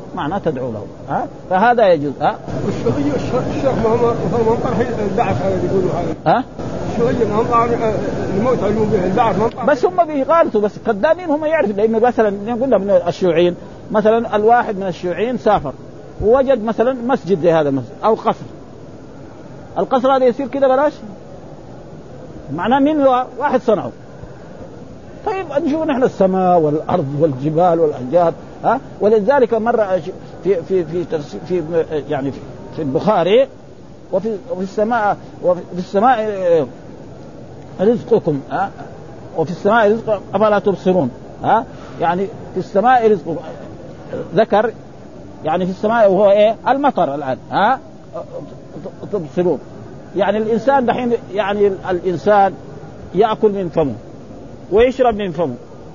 معناه تدعو له فهذا يجوز الشيخ ما طرح البعث هذا يقولوا هذا الشيوعية ما هم الموت علموا به البعث بس هم بيغالطوا بس قدامين هم يعرفوا لأنه مثلا نقول من الشيوعيين مثلا الواحد من الشيوعيين سافر ووجد مثلا مسجد زي هذا المسجد أو قصر القصر هذا يصير كده بلاش معناه مين واحد صنعه طيب نشوف نحن السماء والأرض والجبال والأحجار ولذلك مرة في يعني في البخاري وفي السماء رزقكم وفي السماء رزقكم أفلا تبصرون يعني في السماء رزقكم ذكر يعني في السماء وهو ايه المطر الآن تبصرون يعني الإنسان دحين يعني الإنسان يأكل من فمه ويشرب من فمه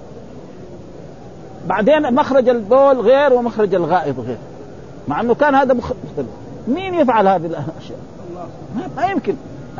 بعدين مخرج البول غير ومخرج الغائط غير مع أنه كان هذا مختلف مين يفعل هذه الأشياء ما يمكن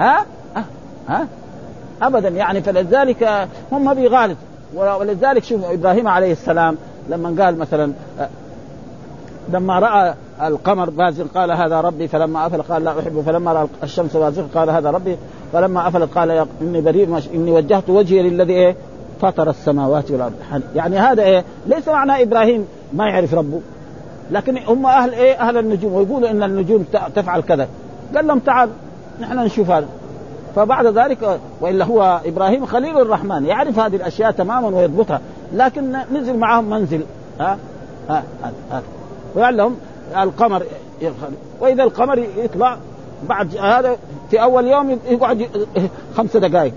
أبدا يعني فلذلك هم بيغالط ولذلك شوف إبراهيم عليه السلام لما قال مثلا لما رأى القمر بازغ قال هذا ربي فلما أفل قال لا أحب فلما رأى الشمس بازغ قال هذا ربي فلما أفلت قال إني بريء إني وجهت وجهي للذي فطر السماوات والأرض يعني هذا ليس معنى إبراهيم ما يعرف ربه لكن هم أهل النجوم ويقولوا إن النجوم تفعل كذا قال لهم تعال نحن نشوف هذا فبعد ذلك وإلا هو إبراهيم خليل الرحمن يعرف هذه الأشياء تماما ويضبطها لكن نزل معهم منزل ويعلم القمر وإذا القمر يطلع بعد هذا في أول يوم يقعد 5 دقائق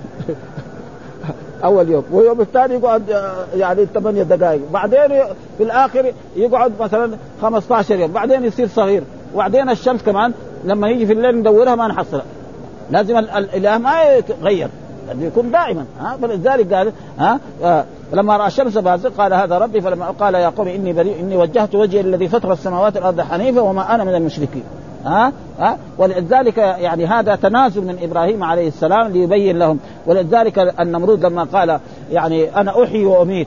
أول يوم ويوم الثاني يقعد يعني 8 دقائق بعدين في الآخر يقعد مثلا 15 يوم بعدين يصير صغير وبعدين الشمس كمان لما يجي في الليل ندورها ما نحصلها لازم الإله ما يتغير يكون دائما فلذلك قال لما رأى الشمس بازغ قال هذا ربي فلما قال يا قوم إني بريء إني وجهت وجهي الذي فطر السماوات والأرض حنيفا وما أنا من المشركين ولذلك يعني هذا تنازل من إبراهيم عليه السلام ليبين لهم ولذلك النمرود لما قال يعني أنا أحيي وأميت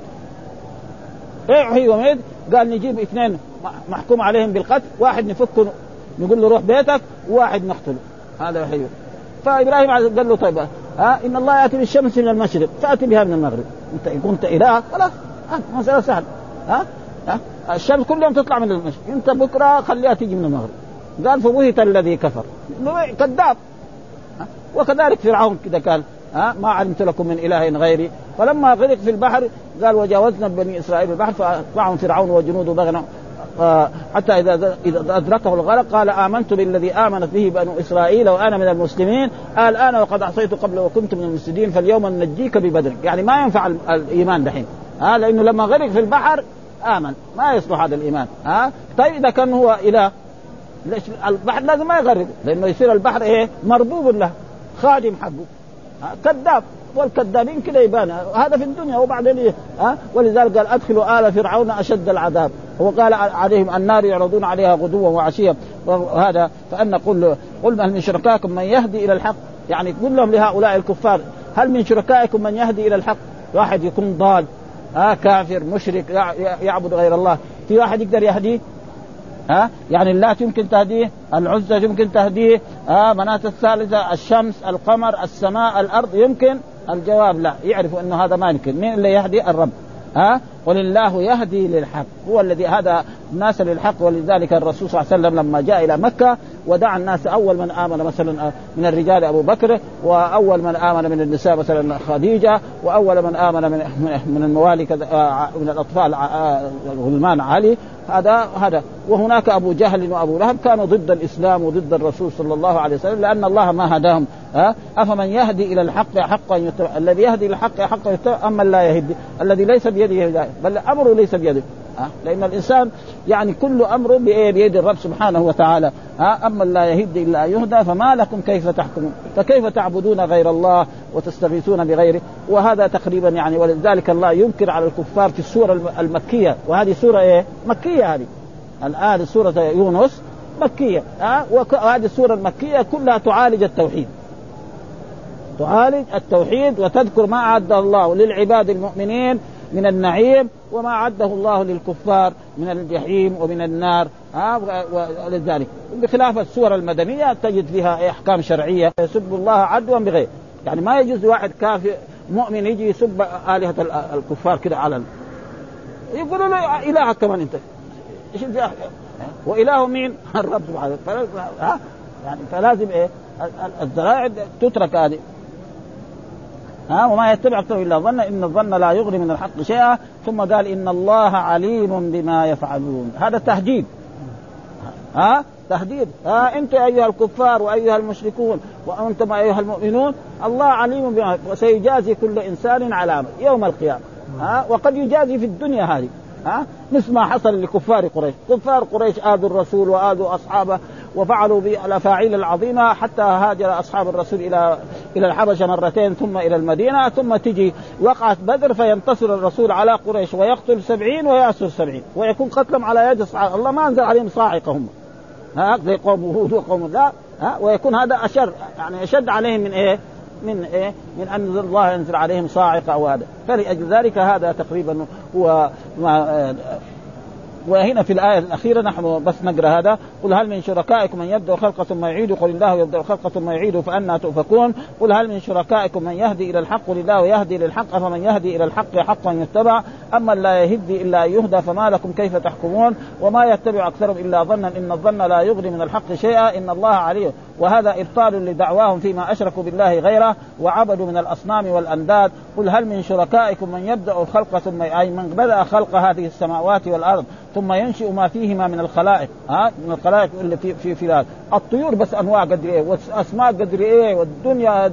أحيي وأميت قال نجيب 2 محكوم عليهم بالقتل واحد نفكه نقول له روح بيتك وواحد نقتله هذا يحيي فإبراهيم قال له طيب إن الله يأتي بالشمس من المشرق فأتي بها من المغرب أنت كنت إله خلاص مسألة سهلة الشمس كل يوم تطلع من المشرق أنت بكرة خليها تيجي من المغرب قال فبهت الذي كفر كذاب وكذلك فرعون كذا قال ما علمت لكم من إله غيري فلما غرق في البحر قال وجاوزنا بني إسرائيل البحر فأتبعهم فرعون وجنوده بغيا حتى إذا أدركه الغرق قال آمنت بالذي آمنت به بنو إسرائيل وأنا من المسلمين الآن وقد عصيت قبل وكنت من المفسدين فاليوم ننجيك ببدنك يعني ما ينفع الإيمان دحين لأنه لما غرق في البحر آمن ما يصلح هذا الإيمان طيب إذا كان هو إله ليش البحر لازم ما يغرق لأنه يصير البحر مربوب له خادم حقه كذاب والكذابين كده يبان هذا في الدنيا وبعدين ولذلك قال أدخلوا آل فرعون أشد العذاب وقال عليهم النار يعرضون عليها غدوا وعشيا وهذا فأن قل هل من شركائكم من يهدي إلى الحق يعني قل لهم لهؤلاء الكفار هل من شركائكم من يهدي إلى الحق واحد يكون ضال كافر مشرك يعبد غير الله في واحد يقدر يهديه يعني اللات يمكن تهديه العزى يمكن تهديه مناة الثالثة الشمس القمر السماء الأرض يمكن الجواب لا يعرفوا أنه هذا ما يمكن مين اللي يهدي الرب ولله يهدي للحق هو الذي هذا الناس للحق ولذلك الرسول صلى الله عليه وسلم لما جاء إلى مكة ودعا الناس أول من آمن مثلا من الرجال أبو بكر وأول من آمن من النساء مثلا خديجة وأول من آمن من الموالي من الأطفال غلمان علي هذا وهناك أبو جهل وأبو لهب كانوا ضد الإسلام وضد الرسول صلى الله عليه وسلم لأن الله ما هداهم أفمن يهدي إلى الحق حق الذي يهدي إلى الحق حق أما لا يهدي الذي ليس بيده هداية بل أمره ليس بيده لأن الإنسان يعني كل أمره بيد الرب سبحانه وتعالى أما لا يهدي إلا أن يهدى فما لكم كيف تحكمون فكيف تعبدون غير الله وتستغيثون بغيره وهذا تقريبا يعني ولذلك الله ينكر على الكفار في السورة المكية وهذه سورة مكية هذه الآن سورة يونس مكية وهذه السورة المكية كلها تعالج التوحيد وتذكر ما أعد الله للعباد المؤمنين من النعيم وما عده الله للكفار من الجحيم ومن النار. ولذلك بخلاف السور المدنية تجد فيها أحكام شرعية. يسب الله عدوا بغير، يعني ما يجوز واحد كافر مؤمن يجي يسب آلهة الكفار كده على يقولوا له إلهك كمان أنت إيش الإله؟ وإله مين؟ الرب سبحانه. يعني فلازم الذرائع تترك هذه. وما يتبع أكثر إلا ظن إن الظن لا يغني من الحق شيئا. ثم قال إن الله عليم بما يفعلون. هذا تهديد. تهديد. أنتم أيها الكفار وأيها المشركون وأنتم أيها المؤمنون الله عليم بما، وسيجازي كل إنسان على يوم القيامة. وقد يجازي في الدنيا هذه. مثل ما حصل لكفار قريش. كفار قريش آذوا الرسول وآذوا أصحابه وفعلوا بالأفاعيل العظيمة حتى هاجر أصحاب الرسول إلى الحبشة مرتين ثم إلى المدينة، ثم تجي وقعت بدر فينتصر الرسول على قريش ويقتل 70 ويأسر 70 ويكون قتلهم على يد الصحابة. الله ما أنزل عليهم صاعقة هم زي قوم هود وقوم لا، ويكون هذا أشر، يعني أشد عليهم من أن الله ينزل عليهم صاعقة أو هذا. فلأجل ذلك هذا تقريبا هو وهنا في الآية الأخيرة نحن بس نقرأ هذا. قل هل من شركائكم من يبدأ الخلق ثم يعيد؟ قل الله يبدأ الخلق ثم يعيد فأنى تؤفكون. قل هل من شركائكم من يهدي إلى الحق؟ قل الله يهدي للحق، فمن يهدي إلى الحق حقا يتبع، أما لا يهدي إلا يهدى فما لكم كيف تحكمون. وما يتبع أكثرهم إلا ظنا إن الظن لا يغني من الحق شيئا إن الله عليم. وهذا إبطال لدعواهم فيما أشركوا بالله غيره وعبدوا من الأصنام والأنداد. قل هل من شركائكم من يبدأ الخلق ثم أي من بدأ خلق هذه السماوات والأرض ثم ينشئ ما فيهما من الخلائق. من الخلائق اللي في الطيور بس أنواع قدر إيه وأسماء قدر إيه والدنيا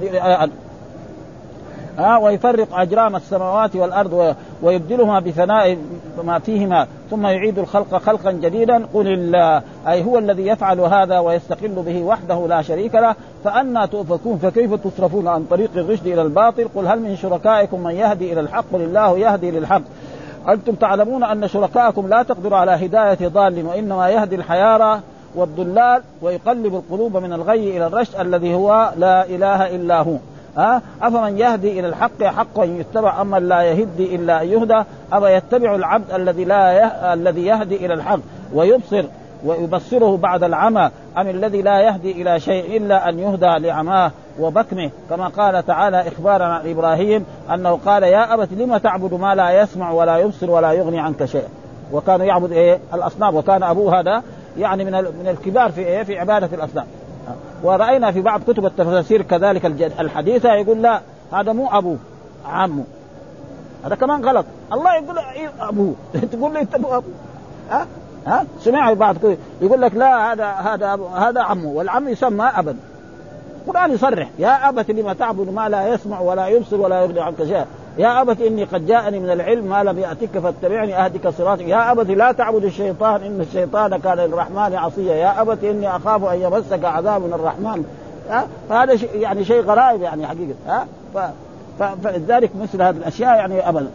ويفرق أجرام السماوات والأرض ويبدلهما بثناء ما فيهما ثم يعيد الخلق خلقا جديدا. قل الله أي هو الذي يفعل هذا ويستقل به وحده لا شريك له فأنى تؤفكون. فكيف تصرفون عن طريق الرشد إلى الباطل؟ قل هل من شركائكم من يهدي إلى الحق؟ قل الله يهدي للحق. أنتم تعلمون أن شركائكم لا تقدر على هداية ضال وإنما يهدي الحيارى والضلال ويقلب القلوب من الغي إلى الرشد الذي هو لا إله إلا هو. أفمن يهدي إلى الحق حقا يتبع أما لا يهدي إلا أن يهدى. أما يتبع العبد الذي يهدي إلى الحق ويبصر ويبصره بعد العمى أم الذي لا يهدي إلى شيء إلا أن يهدى لعماه وبكمه. كما قال تعالى إخبارا عن إبراهيم أنه قال يا أبت لما تعبد ما لا يسمع ولا يبصر ولا يغني عنك شيء. وكان يعبد الأصنام وكان أبوه هذا يعني من الكبار في عبادة الأصنام. ورأينا في بعض كتب التفسير كذلك الحديثة يقول لا هذا مو أبوه عمه، هذا كمان غلط. الله يقول أبوه تقول لي أبوه سمع بعض يقول لك لا هذا عمه والعم يسمى أبا. القرآن يصرح يا أبت لما تعبد ما لا يسمع ولا يبصر ولا يغني عنك شيئا. يا أبت إني قد جاءني من العلم ما لم يأتك فاتبعني أهدك صراطك. يا أبت لا تعبد الشيطان إن الشيطان كان للرحمن عصيا. يا أبت إني أخاف أن يمسك عذاب من الرحمن. فهذا يعني شيء غرائب يعني حقيقة. فلذلك مثل هذه الأشياء يعني أبدا.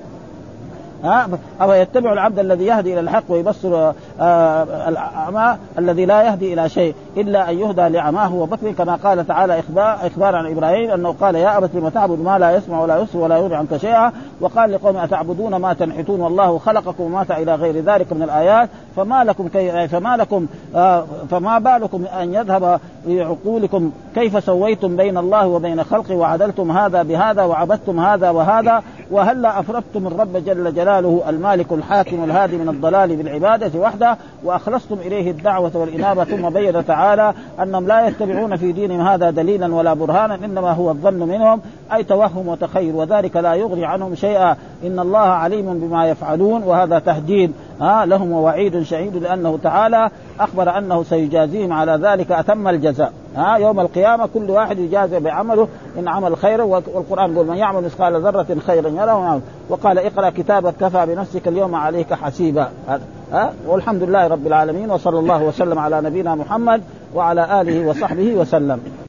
أو يتبع العبد الذي يهدي إلى الحق ويبصر الأعمى الذي لا يهدي إلى شيء إلا أن يهدى لعماه وبكره. كما قال تعالى إخبار عن إبراهيم أنه قال يا أبت لما تعبد ما لا يسمع ولا يبصر ولا يغني عنك شيئا. وقال لقوم أتعبدون ما تنحتون والله خلقكم وما إلى غير ذلك من الآيات. فما بالكم أن يذهب بعقولكم كيف سويتم بين الله وبين خلقه وعدلتم هذا بهذا وعبدتم هذا وهذا. وهلا أفرطتم الرب جل جلاله المالك الحاكم الهادي من الضلال بالعبادة وحده وأخلصتم إليه الدعوة والإنابة. ثم بين تعالى أنهم لا يتبعون في دينهم هذا دليلا ولا برهانا إنما هو الظن منهم أي توهم وتخيل وذلك لا يغني عنهم شيئا. إن الله عليم بما يفعلون. وهذا تهديد لهم ووعيد شديد لأنه تعالى أخبر أنه سيجازيهم على ذلك أتم الجزاء. يوم القيامة كل واحد يجازى بعمله إن عمل خيرا. والقرآن يقول من يعمل مثقال ذرة خيرا يره. وقال اقرأ كتابك كفى بنفسك اليوم عليك حسيبا. والحمد لله رب العالمين وصلى الله وسلم على نبينا محمد وعلى آله وصحبه وسلم.